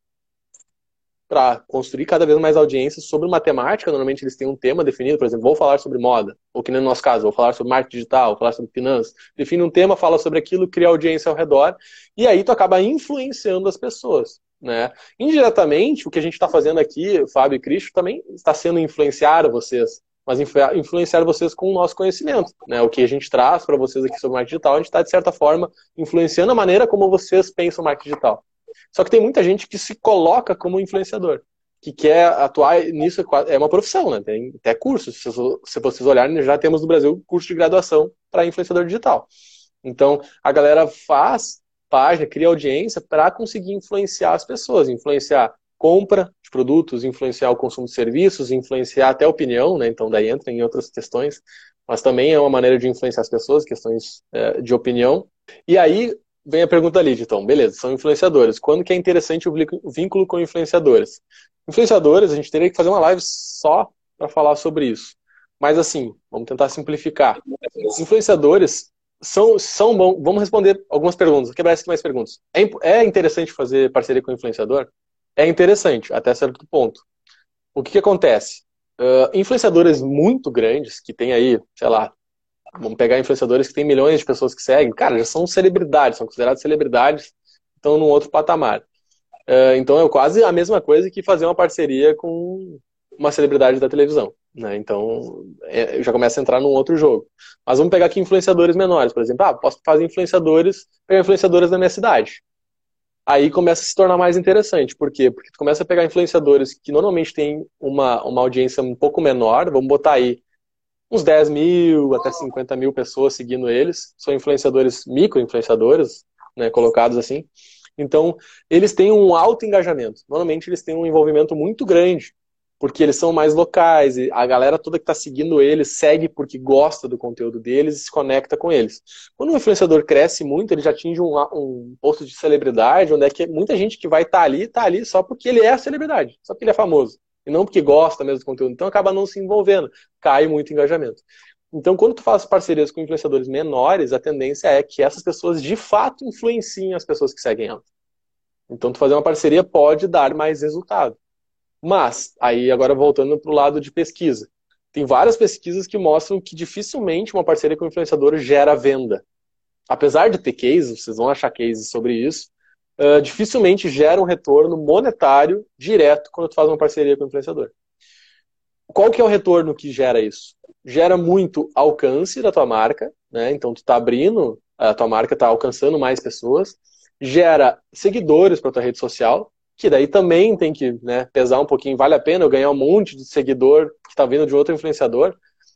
para construir cada vez mais audiência sobre uma temática. Normalmente eles têm um tema definido, por exemplo, vou falar sobre moda, ou que nem no nosso caso, vou falar sobre marketing digital, vou falar sobre finanças. Define um tema, fala sobre aquilo, cria audiência ao redor, e aí tu acaba influenciando as pessoas, né? Indiretamente, o que a gente está fazendo aqui, Fábio e Cristo, também está sendo influenciar vocês, mas influenciar vocês com o nosso conhecimento, né? O que a gente traz para vocês aqui sobre marketing digital, a gente está, de certa forma, influenciando a maneira como vocês pensam marketing digital. Só que tem muita gente que se coloca como influenciador, que quer atuar nisso, é uma profissão, né? Tem até cursos, se vocês olharem, já temos no Brasil curso de graduação para influenciador digital. Então, a galera faz página, cria audiência para conseguir influenciar as pessoas, influenciar compra de produtos, influenciar o consumo de serviços, influenciar até a opinião, né? Então daí entra em outras questões, mas também é uma maneira de influenciar as pessoas, questões é, de opinião. E aí vem a pergunta ali, então, beleza, são influenciadores. Quando que é interessante o vínculo com influenciadores? Influenciadores, a gente teria que fazer uma live só para falar sobre isso. Mas assim, vamos tentar simplificar. Os influenciadores são, são bons. Vamos responder algumas perguntas, quebrar aqui mais perguntas. É, é interessante fazer parceria com o influenciador? É interessante, até certo ponto. O que, que acontece? Uh, influenciadores muito grandes, que tem aí, sei lá, vamos pegar influenciadores que tem milhões de pessoas que seguem, cara, já são celebridades, são considerados celebridades, estão num outro patamar. Uh, então é quase a mesma coisa que fazer uma parceria com uma celebridade da televisão, né? Então é, já começa a entrar num outro jogo. Mas vamos pegar aqui influenciadores menores, por exemplo, ah, posso fazer influenciadores, pegar influenciadores da minha cidade. Aí começa a se tornar mais interessante. Por quê? Porque tu começa a pegar influenciadores que normalmente têm uma, uma audiência um pouco menor, vamos botar aí uns dez mil até cinquenta mil pessoas seguindo eles, são influenciadores, micro-influenciadores, né, colocados assim. Então, eles têm um alto engajamento. Normalmente eles têm um envolvimento muito grande, porque eles são mais locais, e a galera toda que está seguindo eles segue porque gosta do conteúdo deles e se conecta com eles. Quando um influenciador cresce muito, ele já atinge um, um posto de celebridade, onde é que muita gente que vai estar tá ali, está ali só porque ele é a celebridade, só porque ele é famoso, e não porque gosta mesmo do conteúdo. Então acaba não se envolvendo, cai muito engajamento. Então, quando tu faz parcerias com influenciadores menores, a tendência é que essas pessoas de fato influenciem as pessoas que seguem elas. Então, tu fazer uma parceria pode dar mais resultado. Mas, aí agora voltando para o lado de pesquisa. Tem várias pesquisas que mostram que dificilmente uma parceria com influenciador gera venda. Apesar de ter cases, vocês vão achar cases sobre isso, uh, dificilmente gera um retorno monetário direto quando tu faz uma parceria com influenciador. Qual que é o retorno que gera isso? Gera muito alcance da tua marca, né? Então tu tá abrindo, a tua marca tá alcançando mais pessoas, gera seguidores para tua rede social, que daí também tem que, né, pesar um pouquinho, vale a pena eu ganhar um monte de seguidor que tá vindo de outro influenciador?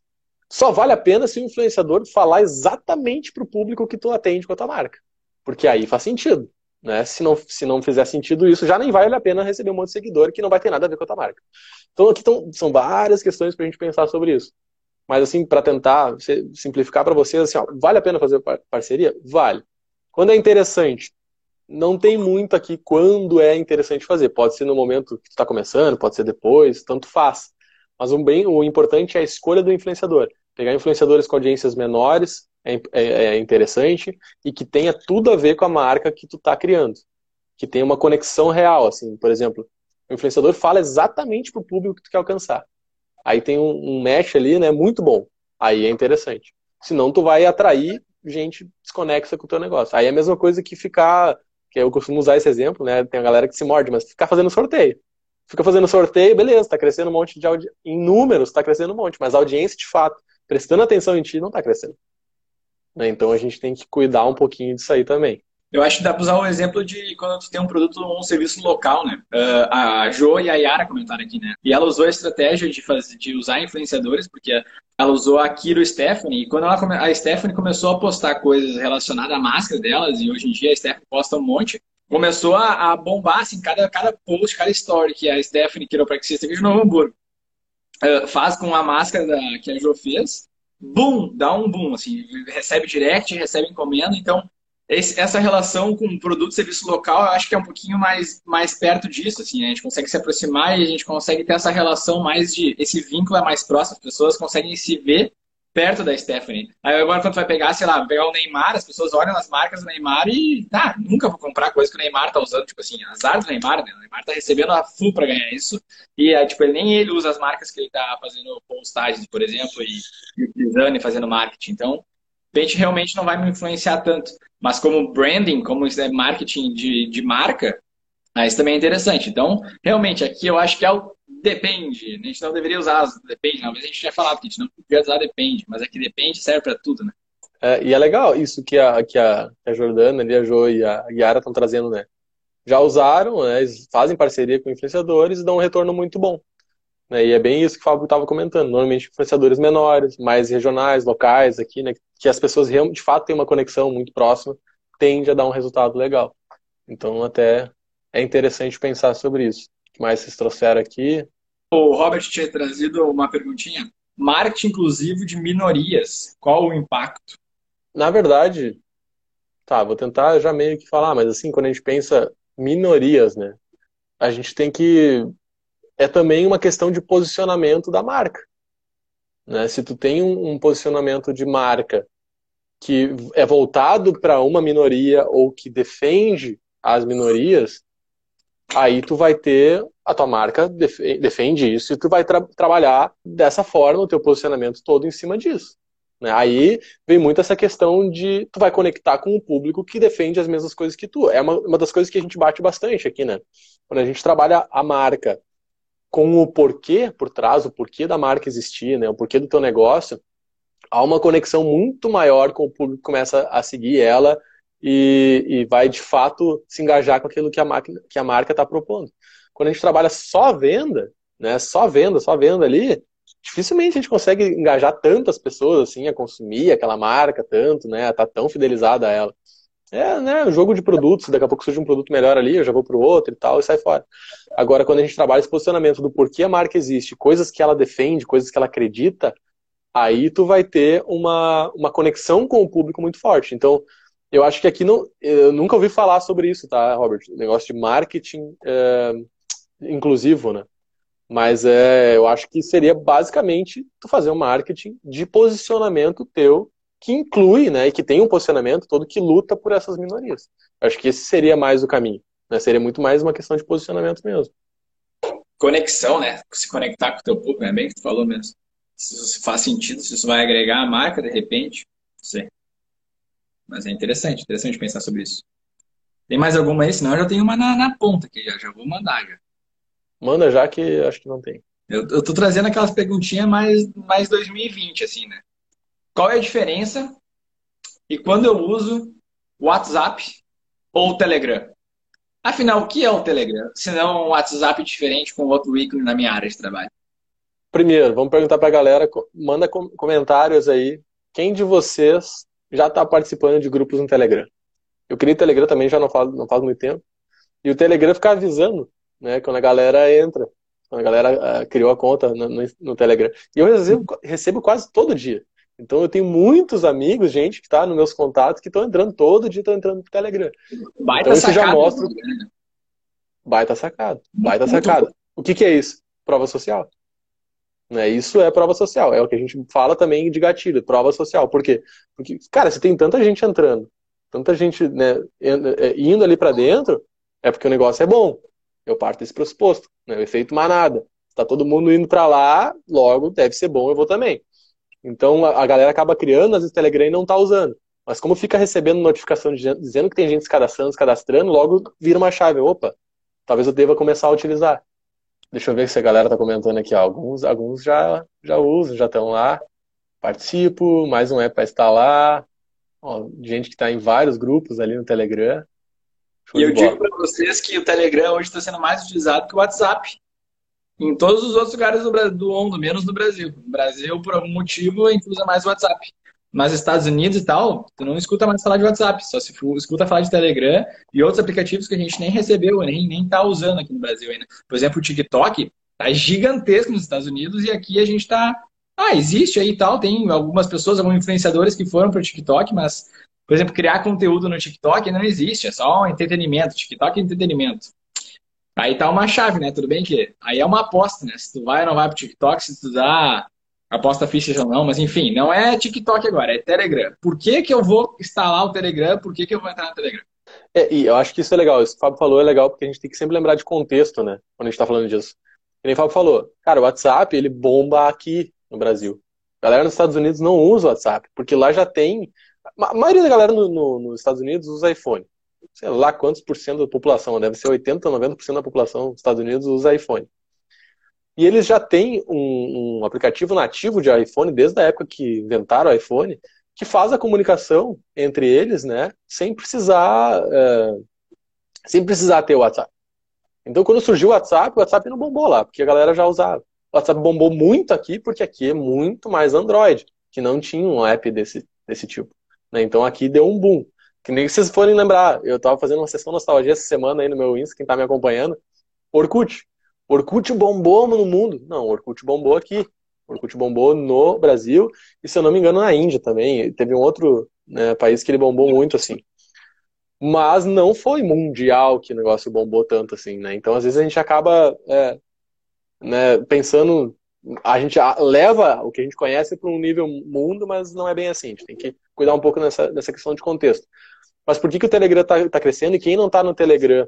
Só vale a pena se o influenciador falar exatamente para o público que tu atende com a tua marca, porque aí faz sentido. Né? Se não, se não fizer sentido isso, já nem vale a pena receber um monte de seguidor que não vai ter nada a ver com a tua marca. Então aqui tão, são várias questões pra gente pensar sobre isso. Mas assim, para tentar simplificar para vocês, assim, ó, vale a pena fazer parceria? Vale. Quando é interessante? Não tem muito aqui quando é interessante fazer. Pode ser no momento que tu tá começando, pode ser depois, tanto faz. Mas o, bem, o importante é a escolha do influenciador. Pegar influenciadores com audiências menores, É, é, é interessante e que tenha tudo a ver com a marca que tu tá criando, que tenha uma conexão real, assim, por exemplo, o influenciador fala exatamente pro público que tu quer alcançar, aí tem um, um match ali, né, muito bom, aí é interessante, senão tu vai atrair gente desconexa com o teu negócio, aí é a mesma coisa que ficar, que eu costumo usar esse exemplo, né, tem a galera que se morde, mas ficar fazendo sorteio, fica fazendo sorteio, beleza, tá crescendo um monte de audiência, em números tá crescendo um monte, mas a audiência de fato, prestando atenção em ti, não tá crescendo. Então a gente tem que cuidar um pouquinho disso aí também. Eu acho que dá para usar o exemplo de quando tu tem um produto ou um serviço local, né? Uh, a Jo e a Yara comentaram aqui, né? E ela usou a estratégia de, fazer, de usar influenciadores, porque ela usou a Kiro Stephanie, e quando ela, a Stephanie começou a postar coisas relacionadas à máscara delas, e hoje em dia a Stephanie posta um monte, começou a, a bombar, assim, cada, cada post, cada story que a Stephanie, quiropraxista aqui de Novo Hamburgo, uh, faz com a máscara da, que a Jo fez, boom, dá um boom, assim, recebe direct, recebe encomenda, então esse, essa relação com produto e serviço local, eu acho que é um pouquinho mais, mais perto disso, assim, a gente consegue se aproximar e a gente consegue ter essa relação mais de, esse vínculo é mais próximo, as pessoas conseguem se ver perto da Stephanie. Aí agora quando tu vai pegar, sei lá, pegar o Neymar, as pessoas olham nas marcas do Neymar e, tá, nunca vou comprar coisa que o Neymar tá usando, tipo assim, azar do Neymar, né? O Neymar tá recebendo a full pra ganhar isso, e aí, tipo, nem ele usa as marcas que ele tá fazendo postagens, por exemplo, e, e utilizando e fazendo marketing. Então, a gente realmente não vai me influenciar tanto. Mas como branding, como marketing de, de marca, aí isso também é interessante. Então, realmente, aqui eu acho que é o depende. A gente não deveria usar depende, não. Mas a gente já falava que a gente não deveria usar depende. Mas aqui depende serve para tudo, né? É, e é legal isso que a, que a, que a Jordana, ali, a Jo e a Yara estão trazendo, né? Já usaram, né? Eles fazem parceria com influenciadores e dão um retorno muito bom. Né? E é bem isso que o Fábio estava comentando. Normalmente influenciadores menores, mais regionais, locais aqui, né? Que as pessoas de fato têm uma conexão muito próxima, tende a dar um resultado legal. Então até é interessante pensar sobre isso. O que mais vocês trouxeram aqui? O Robert tinha trazido uma perguntinha. Marketing inclusivo de minorias, qual o impacto? Na verdade, tá, vou tentar já meio que falar, mas assim, quando a gente pensa minorias, né? A gente tem que... É também uma questão de posicionamento da marca. né? Se tu tem um, um posicionamento de marca que é voltado para uma minoria ou que defende as minorias, aí tu vai ter, a tua marca def- defende isso e tu vai tra- trabalhar dessa forma o teu posicionamento todo em cima disso, né? Aí vem muito essa questão de tu vai conectar com um público que defende as mesmas coisas que tu. É uma, uma das coisas que a gente bate bastante aqui, né? Quando a gente trabalha a marca com o porquê por trás, o porquê da marca existir, né? O porquê do teu negócio, há uma conexão muito maior com o público que começa a seguir ela e, e vai, de fato, se engajar com aquilo que a, máquina, que a marca está propondo. Quando a gente trabalha só venda, né, só venda, só venda ali, dificilmente a gente consegue engajar tantas pessoas assim, a consumir aquela marca tanto, né, a estar tá tão fidelizada a ela. É, né, jogo de produtos, daqui a pouco surge um produto melhor ali, eu já vou pro outro e tal, e sai fora. Agora, quando a gente trabalha esse posicionamento do porquê a marca existe, coisas que ela defende, coisas que ela acredita, aí tu vai ter uma, uma conexão com o público muito forte. Então, eu acho que aqui não, eu nunca ouvi falar sobre isso, tá, Robert? Negócio de marketing é, inclusivo, né? Mas é, eu acho que seria basicamente tu fazer um marketing de posicionamento teu que inclui, né, e que tem um posicionamento todo que luta por essas minorias. Eu acho que esse seria mais o caminho, né? Seria muito mais uma questão de posicionamento mesmo. Conexão, né? Se conectar com o teu público, é bem que tu falou mesmo. Se isso faz sentido, se isso vai agregar a marca, de repente, não sei. Mas é interessante, interessante pensar sobre isso. Tem mais alguma aí? Senão eu já tenho uma na, na ponta aqui, já, já vou mandar já. Manda já que acho que não tem. Eu, eu tô trazendo aquelas perguntinhas mais, mais dois mil e vinte, assim, né? Qual é a diferença e quando eu uso o WhatsApp ou o Telegram? Afinal, o que é o Telegram? Se não um WhatsApp diferente com outro ícone na minha área de trabalho. Primeiro, vamos perguntar pra galera, manda com- comentários aí, quem de vocês já está participando de grupos no Telegram? Eu criei o Telegram também, já não faz, não faz muito tempo, e o Telegram fica avisando, né, quando a galera entra, quando a galera ah, criou a conta no, no- no Telegram. E eu recebo, recebo quase todo dia. Então eu tenho muitos amigos, gente que está nos meus contatos, que estão entrando todo dia, estão entrando no Telegram. Baita Então isso já sacada. mostra, baita sacado, baita sacado. O que que é isso? Prova social. Né? Isso é prova social, é o que a gente fala também de gatilho, prova social. Por quê? Porque, cara, se tem tanta gente entrando, tanta gente, né, indo ali para dentro, é porque o negócio é bom. Eu parto desse pressuposto, né? O efeito manada. Está todo mundo indo para lá, logo deve ser bom, eu vou também. Então a, a galera acaba criando, às vezes o Telegram e não está usando. Mas como fica recebendo notificação de, dizendo que tem gente se cadastrando, se cadastrando, logo vira uma chave. Opa, talvez eu deva começar a utilizar. Deixa eu ver se a galera tá comentando aqui. Ó. Alguns, alguns já, já usam, já estão lá. Participo, mais um app para instalar. Ó, gente que está em vários grupos ali no Telegram. Show E de eu digo bola. para vocês que o Telegram hoje está sendo mais utilizado que o WhatsApp. Em todos os outros lugares do, Bra- do mundo, menos no Brasil. No Brasil, por algum motivo, a gente usa mais o WhatsApp. Mas nos Estados Unidos e tal, tu não escuta mais falar de WhatsApp, só se for, escuta falar de Telegram e outros aplicativos que a gente nem recebeu, nem, nem tá usando aqui no Brasil ainda. Por exemplo, o TikTok tá gigantesco nos Estados Unidos e aqui a gente tá. Ah, existe aí e tal, tem algumas pessoas, alguns influenciadores que foram para o TikTok, mas, por exemplo, criar conteúdo no TikTok não existe, é só um entretenimento. TikTok é entretenimento. Aí tá uma chave, né? Tudo bem que aí é uma aposta, né? Se tu vai ou não vai pro TikTok, se tu dá aposta ficha ou não, mas enfim, não é TikTok agora, é Telegram. Por que que eu vou instalar o Telegram? Por que que eu vou entrar no Telegram? É, e eu acho que isso é legal. Isso que o Fábio falou é legal porque a gente tem que sempre lembrar de contexto, né? Quando a gente tá falando disso. Que nem o Fábio falou. Cara, o WhatsApp, ele bomba aqui no Brasil. A galera nos Estados Unidos não usa o WhatsApp, porque lá já tem. A maioria da galera no, no, nos Estados Unidos usa iPhone. Sei lá quantos por cento da população, deve ser oitenta, noventa por cento da população dos Estados Unidos usa iPhone. E eles já têm um, um aplicativo nativo de iPhone, desde a época que inventaram o iPhone, que faz a comunicação entre eles, né, sem precisar, é, sem precisar ter o WhatsApp. Então, quando surgiu o WhatsApp, o WhatsApp não bombou lá, porque a galera já usava. O WhatsApp bombou muito aqui, porque aqui é muito mais Android, que não tinha um app desse, desse tipo. Né? Então, aqui deu um boom. Que nem vocês forem lembrar, eu estava fazendo uma sessão nostalgia essa semana aí no meu Insta, quem está me acompanhando, Orkut. Orkut bombou no mundo. Não, Orkut bombou aqui. Orkut bombou no Brasil e, se eu não me engano, na Índia também. Teve um outro, né, país que ele bombou muito, assim. Mas não foi mundial que o negócio bombou tanto, assim, né? Então, às vezes, a gente acaba é, né, pensando a gente leva o que a gente conhece para um nível mundo, mas não é bem assim. A gente tem que cuidar um pouco nessa, nessa questão de contexto. Mas por que, que o Telegram está tá crescendo? E quem não está no Telegram,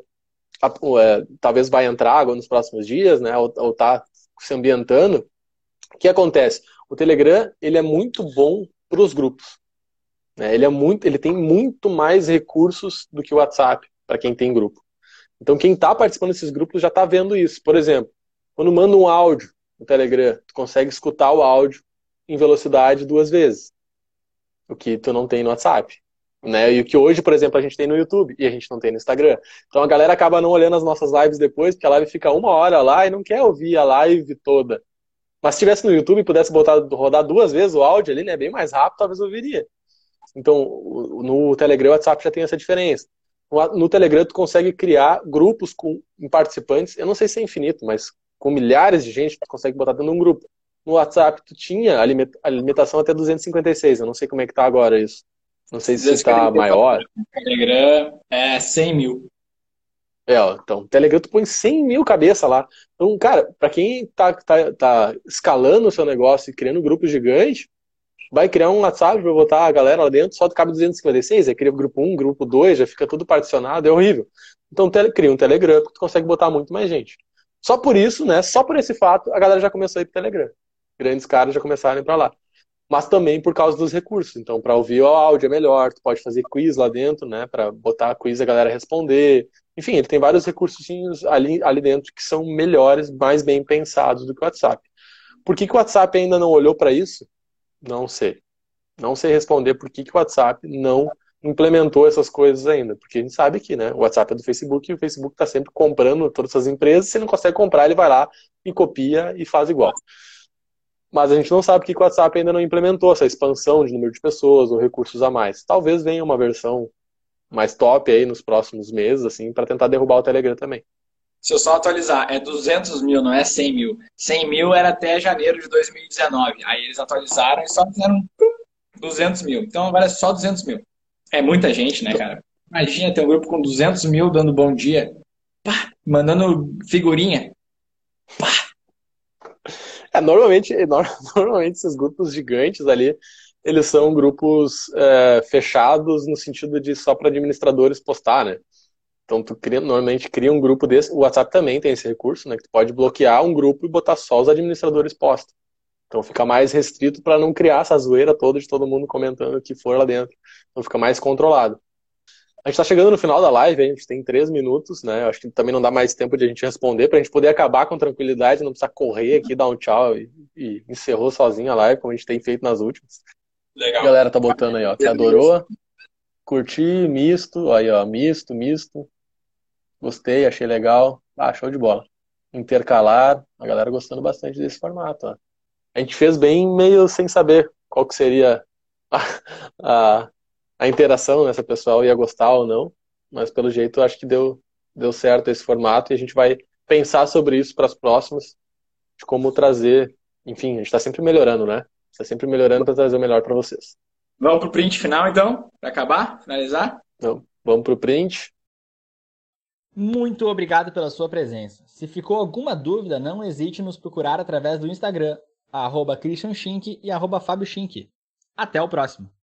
é, talvez vai entrar agora nos próximos dias, né? Ou está se ambientando. O que acontece? O Telegram ele é muito bom para os grupos. Né? Ele, é muito, ele tem muito mais recursos do que o WhatsApp, para quem tem grupo. Então quem está participando desses grupos já está vendo isso. Por exemplo, quando manda um áudio no Telegram, tu consegue escutar o áudio em velocidade duas vezes. O que tu não tem no WhatsApp. Né? E o que hoje, por exemplo, a gente tem no YouTube e a gente não tem no Instagram. Então a galera acaba não olhando as nossas lives depois, porque a live fica uma hora lá e não quer ouvir a live toda. Mas se tivesse no YouTube e pudesse botar, rodar duas vezes o áudio ali, né, bem mais rápido, talvez eu ouviria. Então, no Telegram, o WhatsApp já tem essa diferença. No Telegram, tu consegue criar grupos com participantes, eu não sei se é infinito, mas com milhares de gente, tu consegue botar dentro de um grupo. No WhatsApp, tu tinha a limitação até duzentos e cinquenta e seis, eu não sei como é que tá agora isso. Não sei se está maior. No Telegram é cem mil. É, ó, então, o Telegram tu põe cem mil cabeças lá. Então, cara, pra quem tá, tá, tá escalando o seu negócio e criando grupos gigantes, vai criar um WhatsApp pra botar a galera lá dentro, só cabe duzentos e cinquenta e seis, aí cria o grupo um, grupo dois, já fica tudo particionado, é horrível. Então, tele, cria um Telegram que tu consegue botar muito mais gente. Só por isso, né, só por esse fato, a galera já começou a ir pro Telegram. Grandes caras já começaram a ir pra lá. Mas também por causa dos recursos. Então, para ouvir o áudio é melhor, tu pode fazer quiz lá dentro, né, para botar quiz e a galera responder. Enfim, ele tem vários recursos ali, ali dentro que são melhores, mais bem pensados do que o WhatsApp. Por que, que o WhatsApp ainda não olhou para isso? Não sei. Não sei responder por que, que o WhatsApp não implementou essas coisas ainda. Porque a gente sabe que, né, o WhatsApp é do Facebook e o Facebook está sempre comprando todas essas empresas. Se não consegue comprar, ele vai lá e copia e faz igual. Mas a gente não sabe que o WhatsApp ainda não implementou essa expansão de número de pessoas ou recursos a mais. Talvez venha uma versão mais top aí nos próximos meses, assim, para tentar derrubar o Telegram também. Se eu só atualizar, é duzentos mil, não é cem mil. cem mil era até janeiro de dois mil e dezenove. Aí eles atualizaram e só fizeram duzentos mil. Então agora é só duzentos mil. É muita gente, né, cara? Imagina ter um grupo com duzentos mil dando bom dia. Pá, mandando figurinha. Pá. É, normalmente, normalmente esses grupos gigantes ali, eles são grupos é, fechados no sentido de só para administradores postar, né? Então tu cria, normalmente cria um grupo desse, o WhatsApp também tem esse recurso, né? Que tu pode bloquear um grupo e botar só os administradores postos. Então fica mais restrito para não criar essa zoeira toda de todo mundo comentando o que for lá dentro. Então fica mais controlado. A gente está chegando no final da live, a gente tem três minutos, né? Acho que também não dá mais tempo de a gente responder, para a gente poder acabar com tranquilidade, não precisar correr aqui, dar um tchau e, e encerrou sozinho a live, como a gente tem feito nas últimas. Legal. A galera tá botando aí, ó, que adorou, curti, misto, aí ó, misto, misto, gostei, achei legal, ah, show de bola. Intercalar, a galera gostando bastante desse formato, ó. A gente fez bem meio sem saber qual que seria a... a a interação, né, se a pessoa ia gostar ou não, mas pelo jeito eu acho que deu, deu certo esse formato e a gente vai pensar sobre isso para as próximas, de como trazer, enfim, a gente está sempre melhorando, né? Está sempre melhorando para trazer o melhor para vocês. Vamos pro print final então, para acabar, finalizar? Então, vamos pro print. Muito obrigado pela sua presença. Se ficou alguma dúvida, não hesite em nos procurar através do Instagram, arroba Christian Schink e arroba Fábio Schink. Até o próximo!